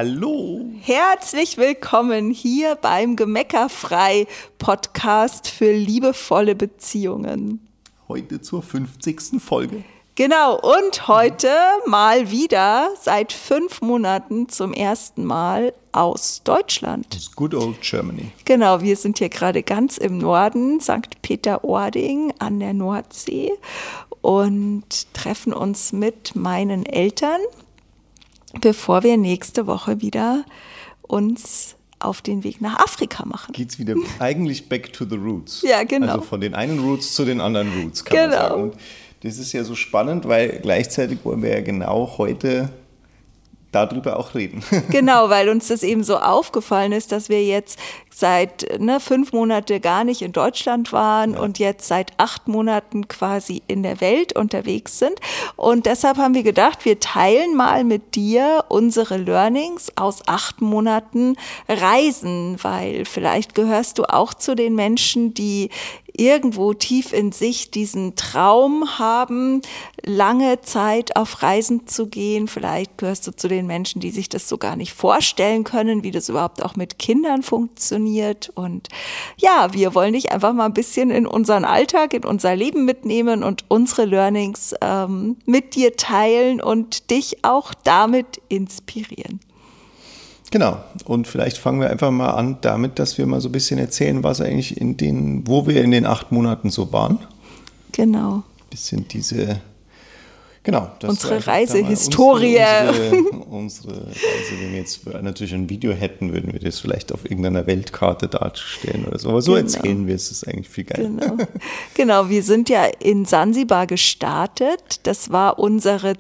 Hallo. Herzlich willkommen hier beim Gemeckerfrei-Podcast für liebevolle Beziehungen. Heute zur 50. Folge. Genau, und heute mal wieder seit 5 Monaten zum ersten Mal aus Deutschland. Das good old Germany. Genau, wir sind hier gerade ganz im Norden, St. Peter-Ording an der Nordsee und treffen uns mit meinen Eltern, bevor wir nächste Woche wieder uns auf den Weg nach Afrika machen. Geht's wieder eigentlich back to the roots. Ja, genau. Also von den einen Roots zu den anderen Roots, kann man sagen. Und das ist ja so spannend, weil gleichzeitig wollen wir ja genau heute darüber auch reden. Genau, weil uns das eben so aufgefallen ist, dass wir jetzt seit 5 Monate gar nicht in Deutschland waren und jetzt seit 8 Monaten quasi in der Welt unterwegs sind. Und deshalb haben wir gedacht, wir teilen mal mit dir unsere Learnings aus 8 Monaten Reisen, weil vielleicht gehörst du auch zu den Menschen, die irgendwo tief in sich diesen Traum haben, lange Zeit auf Reisen zu gehen. Vielleicht gehörst du zu den Menschen, die sich das so gar nicht vorstellen können, wie das überhaupt auch mit Kindern funktioniert. Und ja, wir wollen dich einfach mal ein bisschen in unseren Alltag, in unser Leben mitnehmen und unsere Learnings mit dir teilen und dich auch damit inspirieren. Genau. Und vielleicht fangen wir einfach mal an damit, dass wir mal so ein bisschen erzählen, was eigentlich wo wir in den 8 Monaten so waren. Genau. Bisschen diese, genau. Unsere Reisehistorie. Unsere Reise, wenn wir jetzt natürlich ein Video hätten, würden wir das vielleicht auf irgendeiner Weltkarte darstellen oder so. Aber so erzählen wir es, ist eigentlich viel geiler. Genau, wir sind ja in Sansibar gestartet. Das war unsere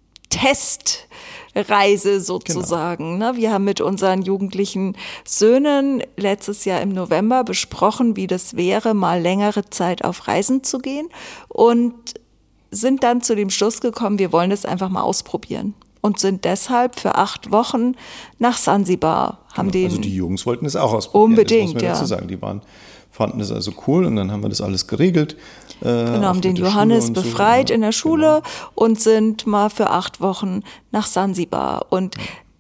Testreise sozusagen. Genau. Wir haben mit unseren jugendlichen Söhnen letztes Jahr im November besprochen, wie das wäre, mal längere Zeit auf Reisen zu gehen und sind dann zu dem Schluss gekommen, wir wollen das einfach mal ausprobieren und sind deshalb für 8 Wochen nach Sansibar. Also die Jungs wollten es auch ausprobieren. Unbedingt, das muss man dazu sagen. Die fanden das also cool und dann haben wir das alles geregelt. Genau, haben den Johannes befreit so, in der Schule und sind mal für 8 Wochen nach Sansibar. Und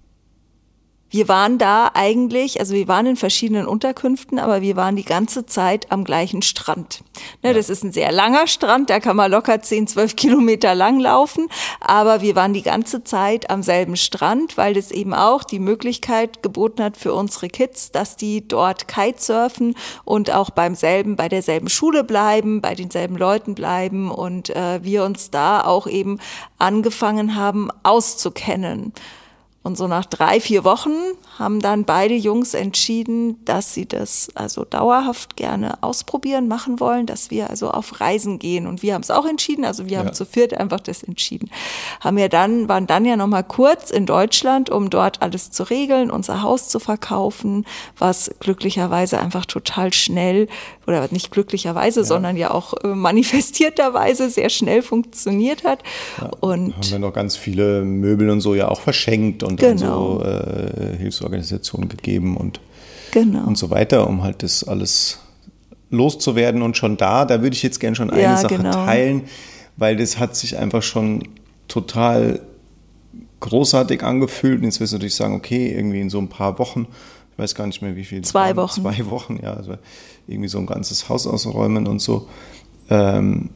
wir waren da eigentlich, also wir waren in verschiedenen Unterkünften, aber wir waren die ganze Zeit am gleichen Strand. Das ist ein sehr langer Strand, da kann man locker 10-12 Kilometer lang laufen, aber wir waren die ganze Zeit am selben Strand, weil das eben auch die Möglichkeit geboten hat für unsere Kids, dass die dort Kitesurfen und auch bei derselben Schule bleiben, bei denselben Leuten bleiben und wir uns da auch eben angefangen haben auszukennen. Und so nach 3-4 Wochen haben dann beide Jungs entschieden, dass sie das also dauerhaft gerne ausprobieren, machen wollen, dass wir also auf Reisen gehen. Und wir haben es auch entschieden, also wir haben zu viert einfach das entschieden. Waren dann ja noch mal kurz in Deutschland, um dort alles zu regeln, unser Haus zu verkaufen, was glücklicherweise einfach total schnell, oder nicht glücklicherweise, sondern ja auch manifestierterweise sehr schnell funktioniert hat. Ja, und haben wir noch ganz viele Möbel und so ja auch verschenkt und dann so Hilfsorganisationen gegeben und so weiter, um halt das alles loszuwerden. Und schon da würde ich jetzt gerne schon eine Sache teilen, weil das hat sich einfach schon total großartig angefühlt. Und jetzt wirst du natürlich sagen, okay, irgendwie in so ein paar Wochen, ich weiß gar nicht mehr wie viel. 2 Wochen. 2 Wochen, ja, also irgendwie so ein ganzes Haus ausräumen und so. Und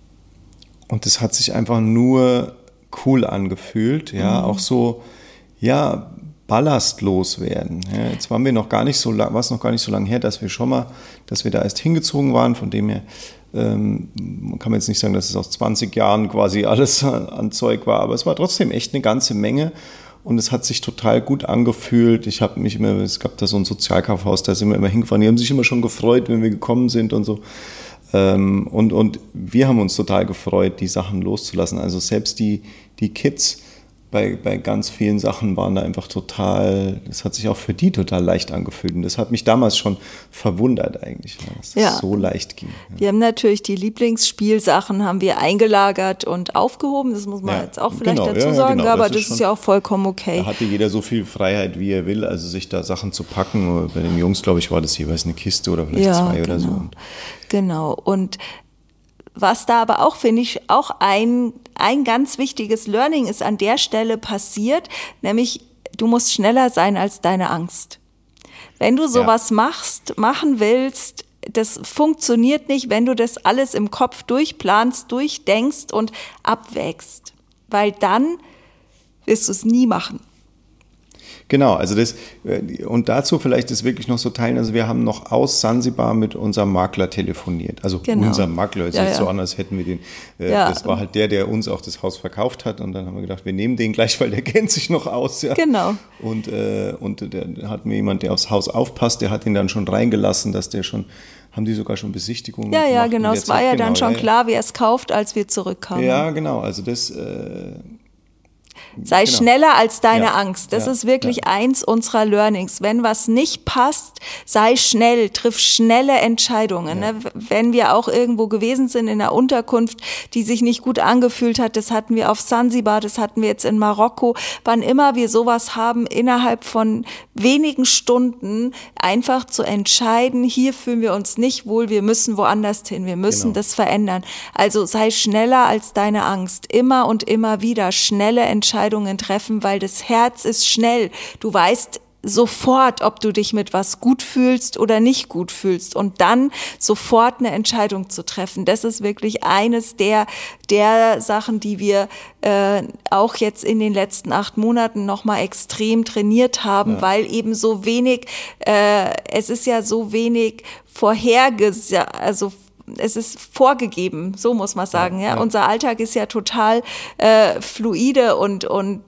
das hat sich einfach nur cool angefühlt, auch so, ballastlos werden. Ja, jetzt waren wir noch gar nicht so lang, war es noch gar nicht so lange her, dass wir da erst hingezogen waren, von dem her man kann jetzt nicht sagen, dass es aus 20 Jahren quasi alles an Zeug war, aber es war trotzdem echt eine ganze Menge und es hat sich total gut angefühlt. Es gab da so ein Sozialkaufhaus, da sind wir immer hingefahren, die haben sich immer schon gefreut, wenn wir gekommen sind und so. Und wir haben uns total gefreut, die Sachen loszulassen. Also selbst die Kids bei ganz vielen Sachen waren da einfach das hat sich auch für die total leicht angefühlt. Und das hat mich damals schon verwundert eigentlich, dass es so leicht ging. Ja. Wir haben natürlich die Lieblingsspielsachen haben wir eingelagert und aufgehoben. Das muss man jetzt auch vielleicht dazu sagen, aber das ist ja auch vollkommen okay. Da hatte jeder so viel Freiheit, wie er will, also sich da Sachen zu packen. Bei den Jungs, glaube ich, war das jeweils eine Kiste oder vielleicht 2 oder so. Genau. Und was da aber auch, finde ich, auch ein ganz wichtiges Learning ist an der Stelle passiert, nämlich du musst schneller sein als deine Angst. Wenn du sowas machen willst, das funktioniert nicht, wenn du das alles im Kopf durchplanst, durchdenkst und abwägst. Weil dann wirst du es nie machen. Genau, also und dazu vielleicht ist wirklich noch so teilen, also wir haben noch aus Sansibar mit unserem Makler telefoniert. Also unser Makler, ist jetzt so an, als hätten wir den, das war halt der uns auch das Haus verkauft hat und dann haben wir gedacht, wir nehmen den gleich, weil der kennt sich noch aus. Ja. Genau. Und da hat mir jemand, der aufs Haus aufpasst, der hat ihn dann schon reingelassen, dass der schon, haben die sogar schon Besichtigungen gemacht. Ja, genau, es war ja dann schon klar, wer es kauft, als wir zurückkamen. Ja, genau, also das... Sei schneller als deine Angst. Das ist wirklich eins unserer Learnings. Wenn was nicht passt, sei schnell, triff schnelle Entscheidungen. Ja. Ne? Wenn wir auch irgendwo gewesen sind in einer Unterkunft, die sich nicht gut angefühlt hat, das hatten wir auf Sansibar, das hatten wir jetzt in Marokko. Wann immer wir sowas haben, innerhalb von wenigen Stunden einfach zu entscheiden, hier fühlen wir uns nicht wohl, wir müssen woanders hin, wir müssen das verändern. Also sei schneller als deine Angst. Immer und immer wieder schnelle Entscheidungen treffen, weil das Herz ist schnell. Du weißt sofort, ob du dich mit was gut fühlst oder nicht gut fühlst und dann sofort eine Entscheidung zu treffen. Das ist wirklich eines der Sachen, die wir auch jetzt in den letzten 8 Monaten nochmal extrem trainiert haben, weil eben so wenig, es ist ja so wenig es ist vorgegeben, so muss man sagen. Ja. Unser Alltag ist ja total fluide und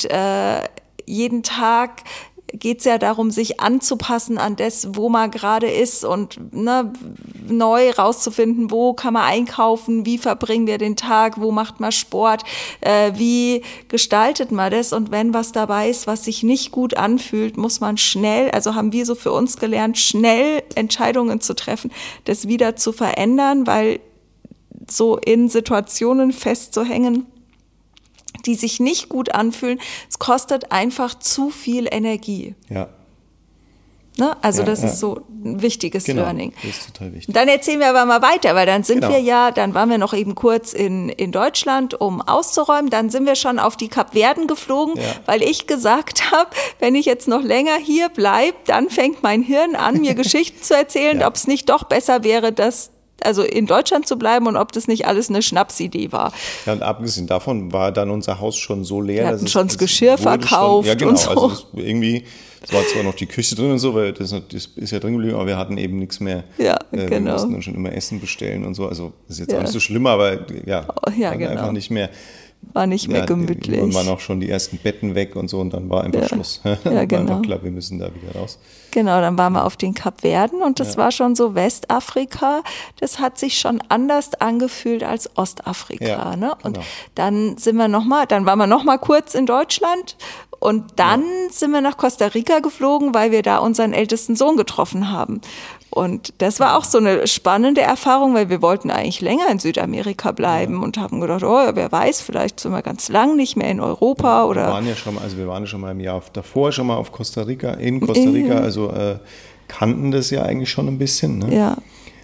jeden Tag geht es ja darum, sich anzupassen an das, wo man gerade ist und neu rauszufinden, wo kann man einkaufen, wie verbringen wir den Tag, wo macht man Sport, wie gestaltet man das und wenn was dabei ist, was sich nicht gut anfühlt, muss man schnell, also haben wir so für uns gelernt, schnell Entscheidungen zu treffen, das wieder zu verändern, weil so in Situationen festzuhängen, die sich nicht gut anfühlen, es kostet einfach zu viel Energie. Ja. Ne? Also das ist so ein wichtiges Learning. Das ist total wichtig. Dann erzählen wir aber mal weiter, weil dann dann waren wir noch eben kurz in Deutschland, um auszuräumen. Dann sind wir schon auf die Kapverden geflogen, weil ich gesagt habe, wenn ich jetzt noch länger hier bleibe, dann fängt mein Hirn an, mir Geschichten zu erzählen, ob es nicht doch besser wäre, also in Deutschland zu bleiben und ob das nicht alles eine Schnapsidee war. Ja, und abgesehen davon war dann unser Haus schon so leer. Wir hatten schon das Geschirr verkauft genau, und so. Also es war zwar noch die Küche drin und so, weil das ist ja drin geblieben, aber wir hatten eben nichts mehr. Ja, genau. Wir mussten dann schon immer Essen bestellen und so. Also das ist jetzt auch nicht so schlimm, aber einfach nicht mehr. War nicht mehr gemütlich. Und waren auch schon die ersten Betten weg und so und dann war einfach Schluss. War einfach klar, wir müssen da wieder raus. Genau, dann waren wir auf den Kapverden und das war schon so Westafrika. Das hat sich schon anders angefühlt als Ostafrika. Ja, ne? Und dann waren wir noch mal kurz in Deutschland und dann sind wir nach Costa Rica geflogen, weil wir da unseren ältesten Sohn getroffen haben. Und das war auch so eine spannende Erfahrung, weil wir wollten eigentlich länger in Südamerika bleiben und haben gedacht, wer weiß, vielleicht sind wir ganz lang nicht mehr in Europa. Oder wir waren ja schon mal im Jahr davor schon mal auf Costa Rica, also kannten das ja eigentlich schon ein bisschen. Ne? Ja.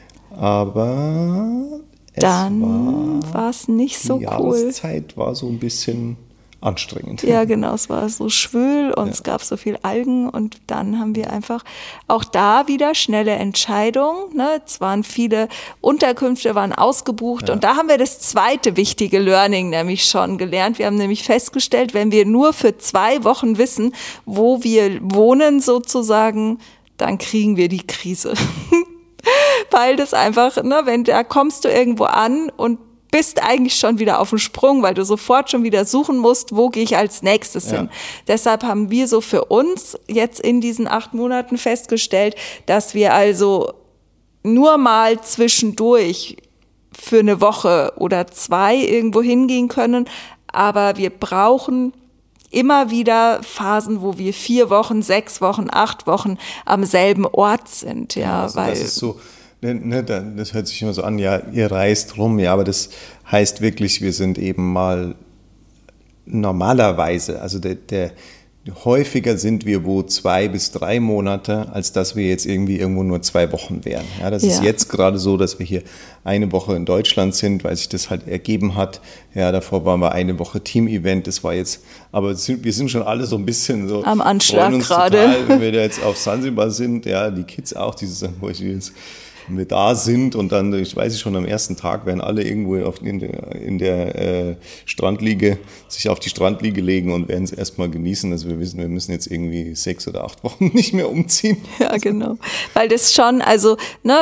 Aber dann war es nicht so cool. Die Jahreszeit war so ein bisschen anstrengend. Ja, genau, es war so schwül und es gab so viel Algen und dann haben wir einfach auch da wieder schnelle Entscheidungen. Ne? Es waren viele Unterkünfte, waren ausgebucht und da haben wir das zweite wichtige Learning nämlich schon gelernt. Wir haben nämlich festgestellt, wenn wir nur für 2 Wochen wissen, wo wir wohnen sozusagen, dann kriegen wir die Krise. Weil das einfach, da kommst du irgendwo an und bist eigentlich schon wieder auf dem Sprung, weil du sofort schon wieder suchen musst, wo gehe ich als nächstes hin. Deshalb haben wir so für uns jetzt in diesen 8 Monaten festgestellt, dass wir also nur mal zwischendurch für eine Woche oder 2 irgendwo hingehen können, aber wir brauchen immer wieder Phasen, wo wir 4 Wochen, 6 Wochen, 8 Wochen am selben Ort sind. Ja, also weil das ist so. Das hört sich immer so an, ihr reist rum, aber das heißt wirklich, wir sind eben mal normalerweise, also häufiger sind wir 2 bis 3 Monate, als dass wir jetzt irgendwie irgendwo nur 2 Wochen wären. Ja, das ist jetzt gerade so, dass wir hier eine Woche in Deutschland sind, weil sich das halt ergeben hat. Ja, davor waren wir eine Woche Team-Event. Das war jetzt, aber wir sind schon alle so ein bisschen so am Anschlag gerade. Wenn wir da jetzt auf Sansibar sind, ja, die Kids auch, die sagen, wenn wir da sind und dann, ich weiß schon, am ersten Tag werden alle irgendwo in der Strandliege, sich auf die Strandliege legen und werden es erstmal genießen, dass wir wissen, wir müssen jetzt irgendwie 6 oder 8 Wochen nicht mehr umziehen. Ja, genau. Weil das schon, also, ne,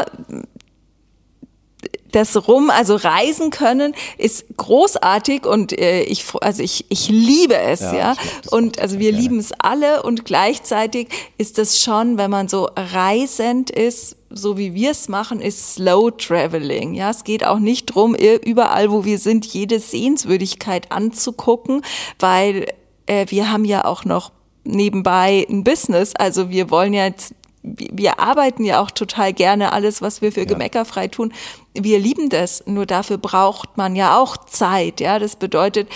also reisen können ist großartig und ich liebe es, ja. Und also wir lieben es alle und gleichzeitig ist das schon, wenn man so reisend ist, so wie wir es machen, ist Slow Traveling. Ja, es geht auch nicht drum, überall, wo wir sind, jede Sehenswürdigkeit anzugucken, weil wir haben ja auch noch nebenbei ein Business. Also wir arbeiten ja auch total gerne alles, was wir für gemeckerfrei tun. Wir lieben das, nur dafür braucht man ja auch Zeit. Ja, das bedeutet,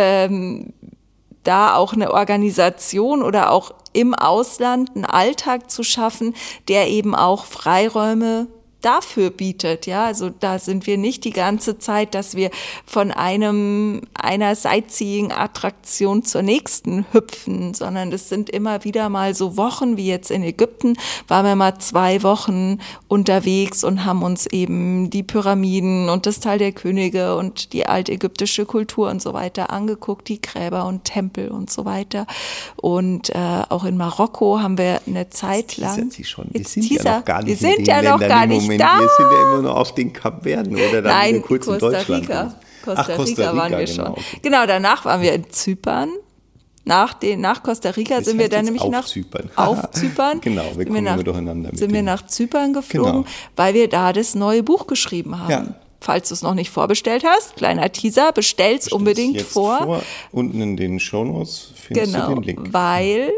da auch eine Organisation oder auch im Ausland einen Alltag zu schaffen, der eben auch Freiräume dafür bietet, ja, also da sind wir nicht die ganze Zeit, dass wir von einer Sightseeing-Attraktion zur nächsten hüpfen, sondern das sind immer wieder mal so Wochen, wie jetzt in Ägypten, waren wir mal 2 Wochen unterwegs und haben uns eben die Pyramiden und das Tal der Könige und die altägyptische Kultur und so weiter angeguckt, die Gräber und Tempel und so weiter. Und auch in Marokko haben wir eine Zeit lang. Wir sind ja noch gar nicht in den Ländern im Moment. Wir sind ja immer nur auf den Kapverden oder dann Nein, kurz in Deutschland. Costa Rica waren wir schon. Okay. Genau, danach waren wir in Zypern. Nach Costa Rica das sind wir dann nämlich auf Zypern. Genau, wir kommen immer durcheinander. Sind wir nach Zypern geflogen, weil wir da das neue Buch geschrieben haben. Ja. Falls du es noch nicht vorbestellt hast, kleiner Teaser, bestell's unbedingt jetzt vor. Unten in den Shownotes findest du den Link. Weil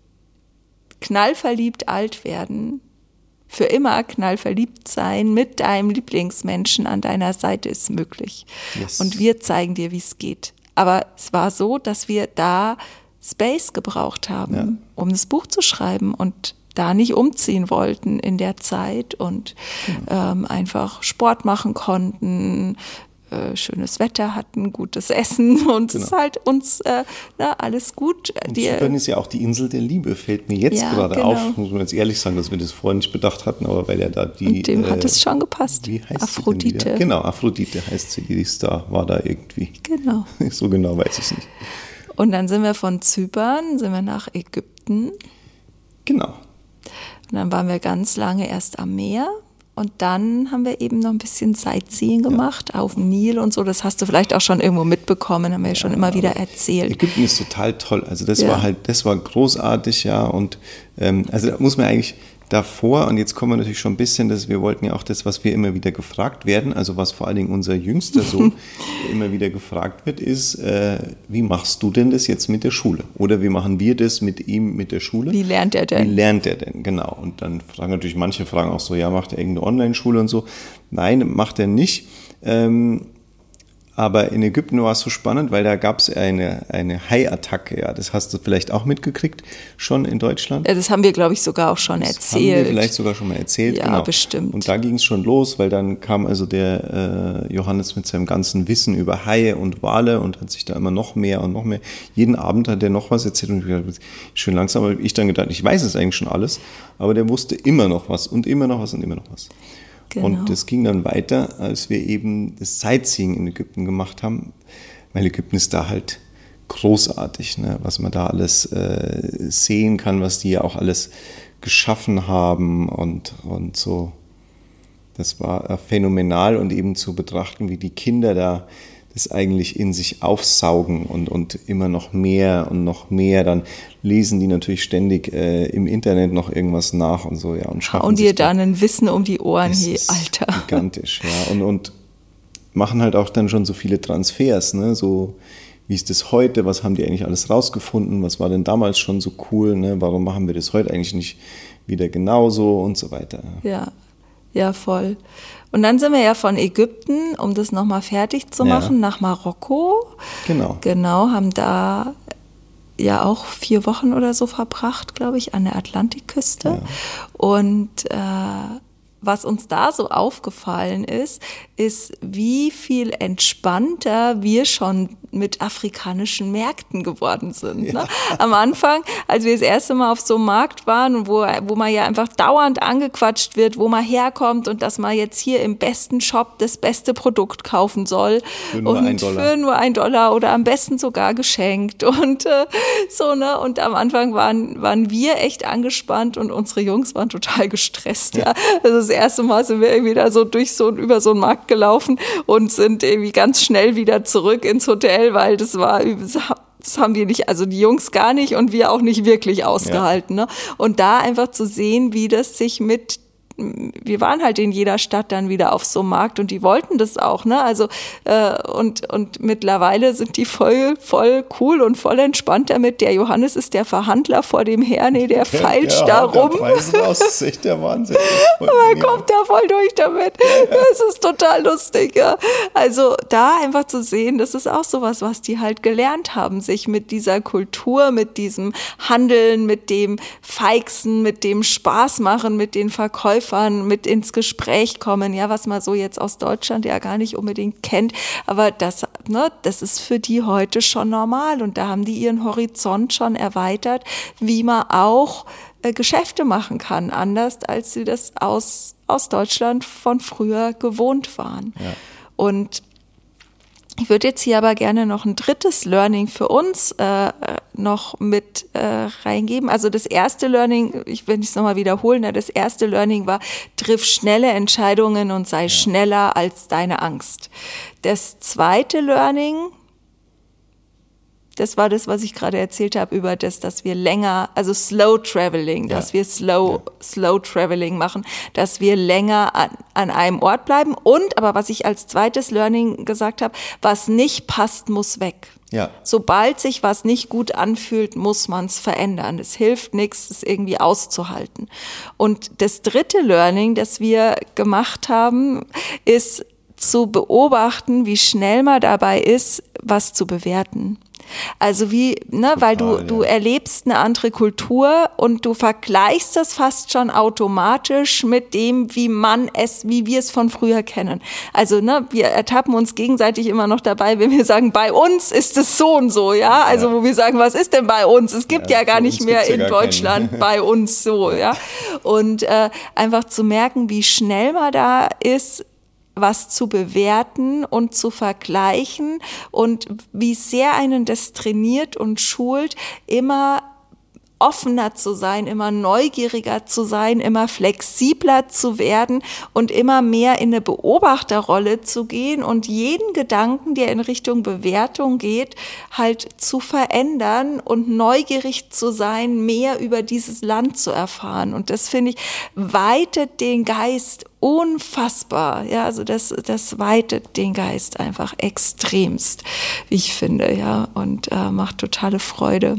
knallverliebt alt werden, für immer knallverliebt sein mit deinem Lieblingsmenschen an deiner Seite ist möglich. Yes. Und wir zeigen dir, wie es geht. Aber es war so, dass wir da Space gebraucht haben, um das Buch zu schreiben und da nicht umziehen wollten in der Zeit und einfach Sport machen konnten, schönes Wetter hatten, gutes Essen und es ist halt uns alles gut. Und Zypern ist ja auch die Insel der Liebe, fällt mir jetzt gerade auf, muss man jetzt ehrlich sagen, dass wir das vorher nicht bedacht hatten, aber weil ja da die... Und dem hat es schon gepasst. Wie heißt Aphrodite. Sie denn wieder? Genau, Aphrodite heißt sie, die Star war da irgendwie. Genau. So genau weiß ich es nicht. Und dann sind wir von Zypern, nach Ägypten. Genau. Und dann waren wir ganz lange erst am Meer. Und dann haben wir eben noch ein bisschen Sightseeing gemacht auf dem Nil und so. Das hast du vielleicht auch schon irgendwo mitbekommen, haben wir ja schon immer wieder erzählt. Ägypten ist total toll. Also das war großartig, ja. Und also da muss man eigentlich davor, und jetzt kommen wir natürlich schon ein bisschen, wir wollten ja auch das, was wir immer wieder gefragt werden, also was vor allen Dingen unser jüngster Sohn immer wieder gefragt wird, ist, wie machst du denn das jetzt mit der Schule? Oder wie machen wir das mit ihm, mit der Schule? Wie lernt er denn? Genau. Und dann fragen natürlich manche fragen auch so, ja, macht er irgendeine Online-Schule und so? Nein, macht er nicht. Aber in Ägypten war es so spannend, weil da gab es eine Hai-Attacke. Ja, das hast du vielleicht auch mitgekriegt, schon in Deutschland. Ja, das haben wir, glaube ich, sogar auch schon erzählt. Haben wir vielleicht sogar schon mal erzählt. Ja, genau. Bestimmt. Und da ging es schon los, weil dann kam also der Johannes mit seinem ganzen Wissen über Haie und Wale und hat sich da immer noch mehr und noch mehr. Jeden Abend hat er noch was erzählt und ich dachte, schön langsam habe ich dann gedacht, ich weiß es eigentlich schon alles, aber der wusste immer noch was und immer noch was und immer noch was. Genau. Und das ging dann weiter, als wir eben das Sightseeing in Ägypten gemacht haben, weil Ägypten ist da halt großartig, ne? Was man da alles sehen kann, was die ja auch alles geschaffen haben und so. Das war phänomenal und eben zu betrachten, wie die Kinder da das eigentlich in sich aufsaugen und immer noch mehr und noch mehr. Dann lesen die natürlich ständig im Internet noch irgendwas nach und so, ja. Und schaffen und dir dann ein Wissen um die Ohren, hier, Alter. Gigantisch, ja. Und machen halt auch dann schon so viele Transfers, ne? So, wie ist das heute? Was haben die eigentlich alles rausgefunden? Was war denn damals schon so cool? Ne? Warum machen wir das heute eigentlich nicht wieder genauso und so weiter? Ja, voll. Und dann sind wir ja von Ägypten, um das nochmal fertig zu machen, nach Marokko. Genau. Genau, haben da ja auch 4 Wochen oder so verbracht, glaube ich, an der Atlantikküste. Ja. Und was uns da so aufgefallen ist, wie viel entspannter wir schon mit afrikanischen Märkten geworden sind. Ne? Am Anfang, als wir das erste Mal auf so einem Markt waren und wo man ja einfach dauernd angequatscht wird, wo man herkommt und dass man jetzt hier im besten Shop das beste Produkt kaufen soll. Für nur $1 oder am besten sogar geschenkt und so, ne? Und am Anfang waren wir echt angespannt und unsere Jungs waren total gestresst. Ja? Also das erste Mal sind wir irgendwie da so über so einen Markt gelaufen und sind irgendwie ganz schnell wieder zurück ins Hotel, weil das haben wir nicht, also die Jungs gar nicht und wir auch nicht wirklich ausgehalten. Ne? Und da einfach zu sehen, wie das sich wir waren halt in jeder Stadt dann wieder auf so einem Markt und die wollten das auch, ne? Also und mittlerweile sind die voll cool und voll entspannt damit. Der Johannes ist der Verhandler vor dem Herrn, der feilscht da rum. Raus, das ist echt der Wahnsinn. Aber er kommt da voll durch damit. Das ist total lustig, ja. Also da einfach zu sehen, das ist auch sowas, was die halt gelernt haben, sich mit dieser Kultur, mit diesem Handeln, mit dem Feixen, mit dem Spaß machen, mit den Verkäufern mit ins Gespräch kommen, ja, was man so jetzt aus Deutschland ja gar nicht unbedingt kennt, aber das ist für die heute schon normal und da haben die ihren Horizont schon erweitert, wie man auch Geschäfte machen kann, anders als sie das aus Deutschland von früher gewohnt waren. Ja. Und ich würde jetzt hier aber gerne noch ein drittes Learning für uns noch mit reingeben. Also das erste Learning, ich will es nochmal wiederholen, das erste Learning war, triff schnelle Entscheidungen und sei schneller als deine Angst. Das zweite Learning, das war das, was ich gerade erzählt habe über das, dass wir länger, also Slow Traveling, dass wir Slow Traveling machen, dass wir länger an einem Ort bleiben und, aber was ich als zweites Learning gesagt habe, was nicht passt, muss weg. Ja. Sobald sich was nicht gut anfühlt, muss man es verändern. Es hilft nichts, es irgendwie auszuhalten. Und das dritte Learning, das wir gemacht haben, ist zu beobachten, wie schnell man dabei ist, was zu bewerten. Also weil du erlebst eine andere Kultur und du vergleichst das fast schon automatisch mit dem, wie wir es von früher kennen. Also wir ertappen uns gegenseitig immer noch dabei, wenn wir sagen, bei uns ist es so und so, ja. Also wo wir sagen, was ist denn bei uns? Es gibt ja gar nicht mehr in Deutschland bei uns so, ja. Und einfach zu merken, wie schnell man da ist, was zu bewerten und zu vergleichen und wie sehr einen das trainiert und schult, immer offener zu sein, immer neugieriger zu sein, immer flexibler zu werden und immer mehr in eine Beobachterrolle zu gehen und jeden Gedanken, der in Richtung Bewertung geht, halt zu verändern und neugierig zu sein, mehr über dieses Land zu erfahren. Und das, finde ich, weitet den Geist unfassbar. Ja, also das weitet den Geist einfach extremst, wie ich finde, ja, und macht totale Freude.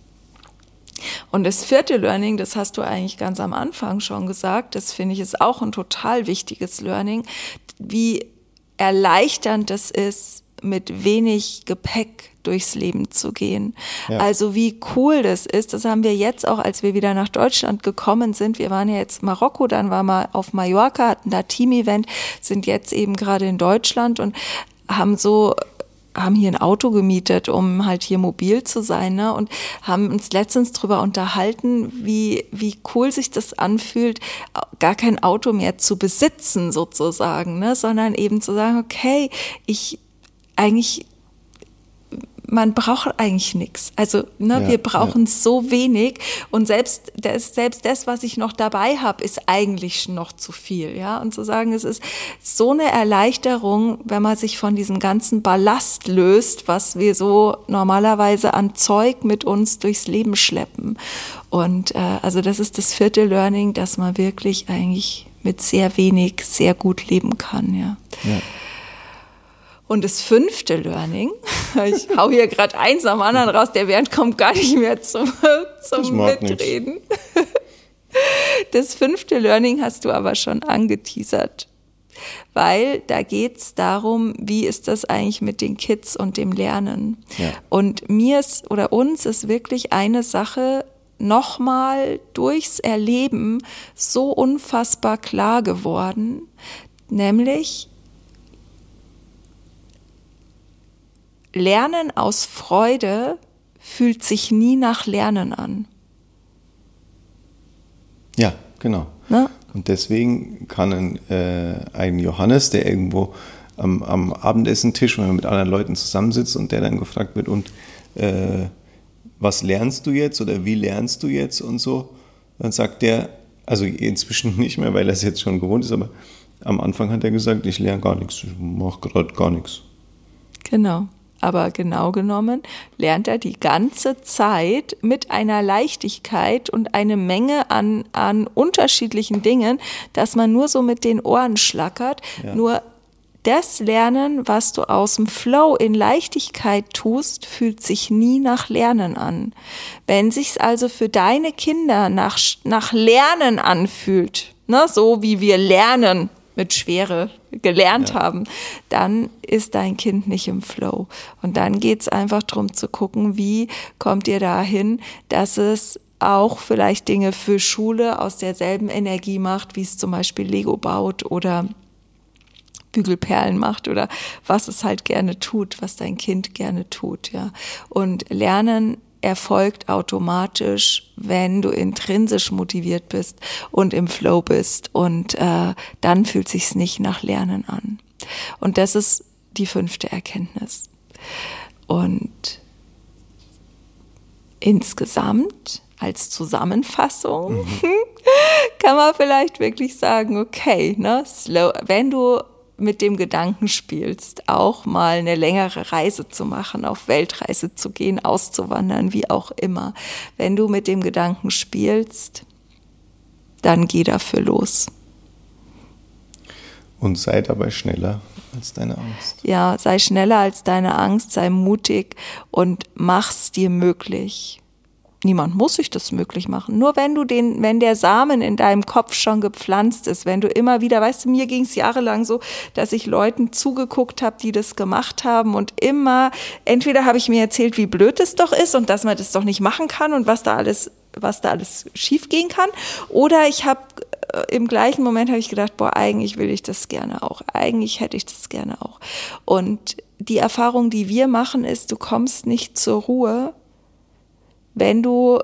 Und das vierte Learning, das hast du eigentlich ganz am Anfang schon gesagt, das finde ich ist auch ein total wichtiges Learning, wie erleichternd es ist, mit wenig Gepäck durchs Leben zu gehen. Ja. Also wie cool das ist, das haben wir jetzt auch, als wir wieder nach Deutschland gekommen sind. Wir waren ja jetzt in Marokko, dann waren wir auf Mallorca, hatten da Team-Event, sind jetzt eben gerade in Deutschland und haben hier ein Auto gemietet, um halt hier mobil zu sein, ne? Und haben uns letztens drüber unterhalten, wie cool sich das anfühlt, gar kein Auto mehr zu besitzen sozusagen, ne? Sondern eben zu sagen, okay, man braucht eigentlich nichts. Also wir brauchen so wenig und selbst das, was ich noch dabei habe, ist eigentlich noch zu viel. Ja? Und zu sagen, es ist so eine Erleichterung, wenn man sich von diesem ganzen Ballast löst, was wir so normalerweise an Zeug mit uns durchs Leben schleppen. Und also das ist das vierte Learning, dass man wirklich eigentlich mit sehr wenig sehr gut leben kann. Ja. Und das fünfte Learning, ich hau hier gerade eins am anderen raus, der Bernd kommt gar nicht mehr zum Mitreden. Das fünfte Learning hast du aber schon angeteasert. weil da geht es darum, wie ist das eigentlich mit den Kids und dem Lernen. Ja. Und uns ist wirklich eine Sache nochmal durchs Erleben so unfassbar klar geworden, nämlich Lernen aus Freude fühlt sich nie nach Lernen an. Ja, genau. Na? Und deswegen kann ein Johannes, der irgendwo am Abendessentisch, wenn man mit anderen Leuten zusammensitzt und der dann gefragt wird, und was lernst du jetzt oder wie lernst du jetzt und so, dann sagt der, also inzwischen nicht mehr, weil er es jetzt schon gewohnt ist, aber am Anfang hat er gesagt, ich lerne gar nichts, ich mache gerade gar nichts. Genau. Aber genau genommen lernt er die ganze Zeit mit einer Leichtigkeit und eine Menge an unterschiedlichen Dingen, dass man nur so mit den Ohren schlackert. Ja. Nur das Lernen, was du aus dem Flow in Leichtigkeit tust, fühlt sich nie nach Lernen an. Wenn sich's also für deine Kinder nach Lernen anfühlt, ne, so wie wir lernen, mit Schwere gelernt haben, dann ist dein Kind nicht im Flow. Und dann geht's einfach darum zu gucken, wie kommt ihr dahin, dass es auch vielleicht Dinge für Schule aus derselben Energie macht, wie es zum Beispiel Lego baut oder Bügelperlen macht oder was es halt gerne tut, was dein Kind gerne tut. Ja. Und Lernen erfolgt automatisch, wenn du intrinsisch motiviert bist und im Flow bist, und dann fühlt sich's nicht nach Lernen an. Und das ist die 5. Erkenntnis. Und insgesamt als Zusammenfassung kann man vielleicht wirklich sagen, okay, ne, wenn du mit dem Gedanken spielst, auch mal eine längere Reise zu machen, auf Weltreise zu gehen, auszuwandern, wie auch immer. Wenn du mit dem Gedanken spielst, dann geh dafür los. Und sei dabei schneller als deine Angst. Ja, sei schneller als deine Angst, sei mutig und mach's dir möglich. Niemand muss sich das möglich machen. Nur wenn der Samen in deinem Kopf schon gepflanzt ist, wenn du immer wieder, weißt du, mir ging es jahrelang so, dass ich Leuten zugeguckt habe, die das gemacht haben, und immer, entweder habe ich mir erzählt, wie blöd es doch ist und dass man das doch nicht machen kann und was da alles schief gehen kann, oder ich habe im gleichen Moment habe ich gedacht, boah, eigentlich will ich das gerne auch, eigentlich hätte ich das gerne auch. Und die Erfahrung, die wir machen, ist, du kommst nicht zur Ruhe, wenn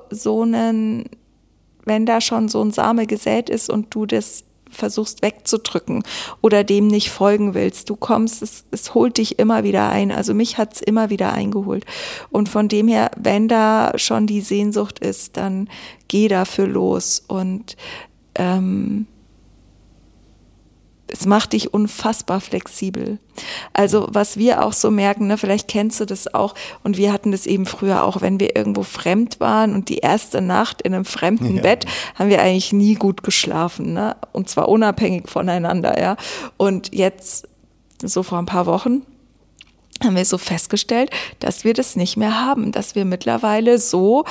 da schon so ein Same gesät ist und du das versuchst wegzudrücken oder dem nicht folgen willst. Du kommst, es holt dich immer wieder ein. Also mich hat's immer wieder eingeholt. Und von dem her, wenn da schon die Sehnsucht ist, dann geh dafür los. Und es macht dich unfassbar flexibel. Also was wir auch so merken, ne, vielleicht kennst du das auch, und wir hatten das eben früher auch, wenn wir irgendwo fremd waren und die erste Nacht in einem fremden Bett, haben wir eigentlich nie gut geschlafen, ne? Und zwar unabhängig voneinander, ja. Und jetzt, so vor ein paar Wochen, haben wir so festgestellt, dass wir das nicht mehr haben, dass wir mittlerweile so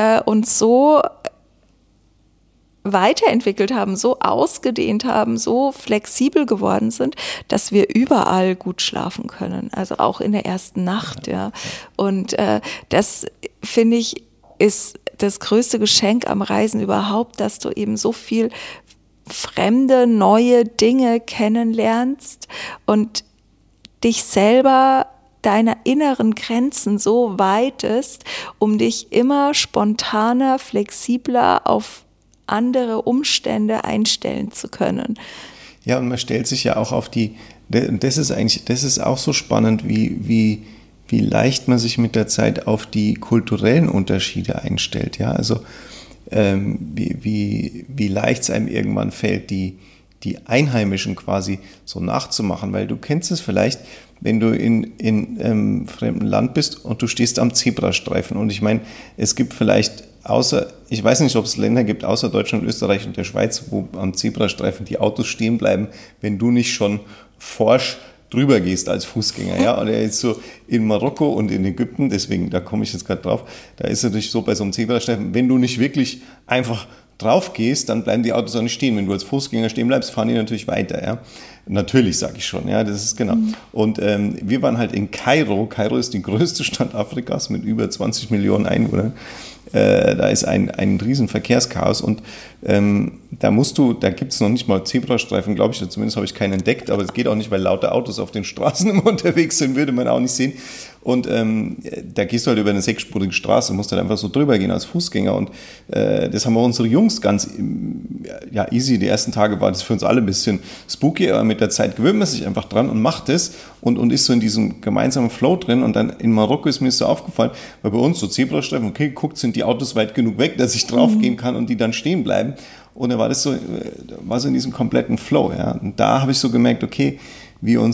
weiterentwickelt haben, so ausgedehnt haben, so flexibel geworden sind, dass wir überall gut schlafen können, also auch in der ersten Nacht, ja. Und das, finde ich, ist das größte Geschenk am Reisen überhaupt, dass du eben so viel fremde, neue Dinge kennenlernst und dich selber deiner inneren Grenzen so weitest, um dich immer spontaner, flexibler auf andere Umstände einstellen zu können. Ja, und man stellt sich ja auch auf das ist auch so spannend, wie leicht man sich mit der Zeit auf die kulturellen Unterschiede einstellt. Ja, also wie leicht es einem irgendwann fällt, die Einheimischen quasi so nachzumachen, weil du kennst es vielleicht, wenn du in fremdem Land bist und du stehst am Zebrastreifen, und ich meine, es gibt vielleicht ich weiß nicht, ob es Länder gibt, außer Deutschland, Österreich und der Schweiz, wo am Zebrastreifen die Autos stehen bleiben, wenn du nicht schon forsch drüber gehst als Fußgänger. Ja? Oder jetzt so in Marokko und in Ägypten, deswegen, da komme ich jetzt gerade drauf, da ist es natürlich so bei so einem Zebrastreifen, wenn du nicht wirklich einfach drauf gehst, dann bleiben die Autos auch nicht stehen. Wenn du als Fußgänger stehen bleibst, fahren die natürlich weiter. Ja? Natürlich, sage ich schon. Ja, das ist genau. Und wir waren halt in Kairo. Kairo ist die größte Stadt Afrikas mit über 20 Millionen Einwohnern. Da ist ein riesen Verkehrschaos und da gibt es noch nicht mal Zebrastreifen, glaube ich, zumindest habe ich keinen entdeckt, aber es geht auch nicht, weil lauter Autos auf den Straßen immer unterwegs sind, würde man auch nicht sehen. Und da gehst du halt über eine 6-spurige Straße, musst halt einfach so drüber gehen als Fußgänger und das haben auch unsere Jungs ganz easy. Die ersten Tage war das für uns alle ein bisschen spooky, aber mit der Zeit gewöhnt man sich einfach dran und macht es und ist so in diesem gemeinsamen Flow drin. Und dann in Marokko ist mir so aufgefallen, weil bei uns so Zebrastreifen, okay, guckt, sind die Autos weit genug weg, dass ich draufgehen kann und die dann stehen bleiben. Und dann war das so in diesem kompletten Flow. Ja. Und da habe ich so gemerkt, okay, wie man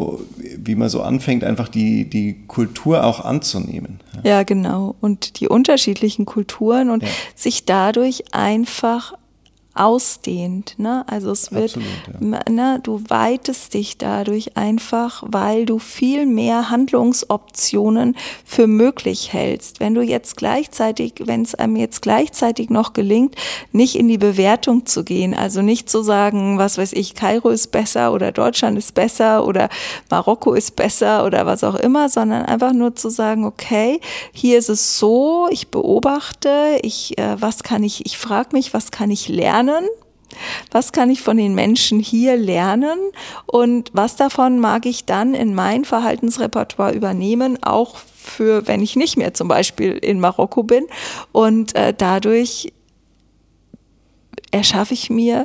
so anfängt, einfach die Kultur auch anzunehmen. Ja, genau. Und die unterschiedlichen Kulturen und sich dadurch einfach ausdehnt. Ne? Also es wird, absolut, du weitest dich dadurch einfach, weil du viel mehr Handlungsoptionen für möglich hältst. Wenn es einem jetzt gleichzeitig noch gelingt, nicht in die Bewertung zu gehen, also nicht zu sagen, was weiß ich, Kairo ist besser oder Deutschland ist besser oder Marokko ist besser oder was auch immer, sondern einfach nur zu sagen, okay, hier ist es so, ich beobachte, ich frage mich, was kann ich lernen? Was kann ich von den Menschen hier lernen und was davon mag ich dann in mein Verhaltensrepertoire übernehmen, auch für, wenn ich nicht mehr zum Beispiel in Marokko bin und dadurch erschaffe ich mir,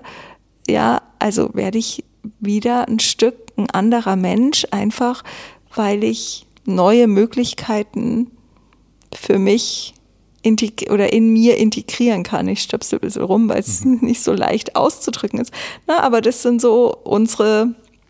werde ich wieder ein Stück ein anderer Mensch, einfach weil ich neue Möglichkeiten für mich in mir integrieren kann. Ich stöpsel ein bisschen rum, weil es nicht so leicht auszudrücken ist. Aber das sind so unsere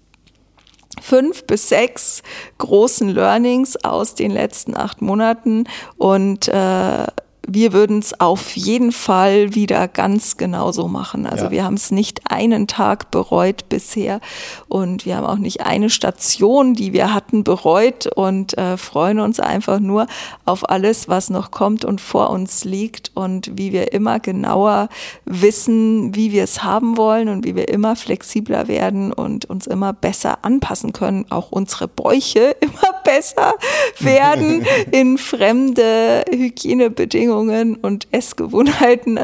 5 bis 6 großen Learnings aus den letzten 8 Monaten und wir würden es auf jeden Fall wieder ganz genauso machen. Also wir haben es nicht einen Tag bereut bisher und wir haben auch nicht eine Station, die wir hatten, bereut und freuen uns einfach nur auf alles, was noch kommt und vor uns liegt und wie wir immer genauer wissen, wie wir es haben wollen und wie wir immer flexibler werden und uns immer besser anpassen können, auch unsere Bäuche immer besser werden in fremde Hygienebedingungen und Essgewohnheiten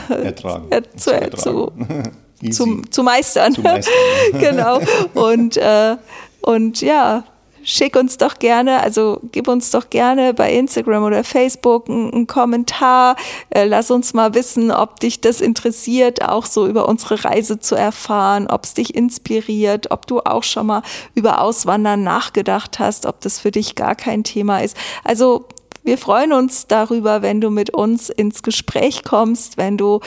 zu meistern. Genau. Und schick uns doch gerne, also gib uns doch gerne bei Instagram oder Facebook einen Kommentar. Lass uns mal wissen, ob dich das interessiert, auch so über unsere Reise zu erfahren, ob es dich inspiriert, ob du auch schon mal über Auswandern nachgedacht hast, ob das für dich gar kein Thema ist. Also wir freuen uns darüber, wenn du mit uns ins Gespräch kommst, wenn du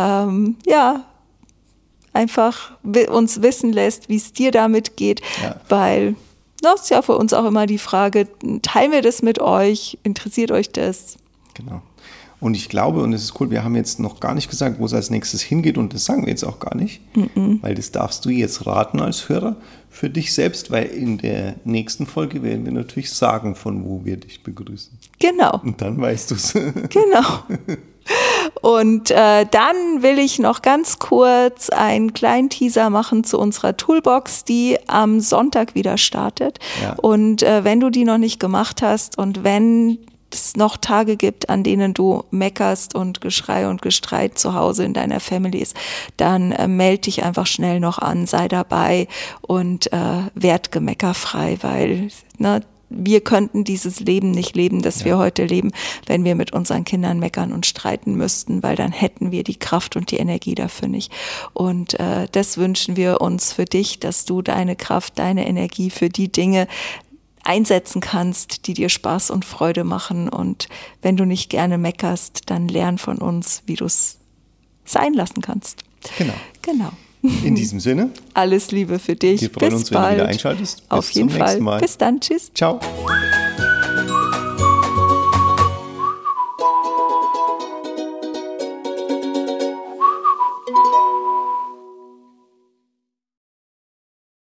einfach uns wissen lässt, wie es dir damit geht, weil das ist ja für uns auch immer die Frage, teilen wir das mit euch, interessiert euch das? Genau. Und ich glaube, und es ist cool, wir haben jetzt noch gar nicht gesagt, wo es als nächstes hingeht und das sagen wir jetzt auch gar nicht, weil das darfst du jetzt raten als Hörer für dich selbst, weil in der nächsten Folge werden wir natürlich sagen, von wo wir dich begrüßen. Genau. Und dann weißt du es. Genau. Und dann will ich noch ganz kurz einen kleinen Teaser machen zu unserer Toolbox, die am Sonntag wieder startet. Ja. Und wenn du die noch nicht gemacht hast und wenn es noch Tage gibt, an denen du meckerst und Geschrei und Gestreit zu Hause in deiner Family ist, dann melde dich einfach schnell noch an, sei dabei und werd gemeckerfrei, weil wir könnten dieses Leben nicht leben, das wir heute leben, wenn wir mit unseren Kindern meckern und streiten müssten, weil dann hätten wir die Kraft und die Energie dafür nicht. Und das wünschen wir uns für dich, dass du deine Kraft, deine Energie für die Dinge einsetzen kannst, die dir Spaß und Freude machen. Und wenn du nicht gerne meckerst, dann lern von uns, wie du es sein lassen kannst. Genau. In diesem Sinne. Alles Liebe für dich. Wir freuen uns, wenn du wieder einschaltest. Auf jeden Fall. Bis dann. Tschüss. Ciao.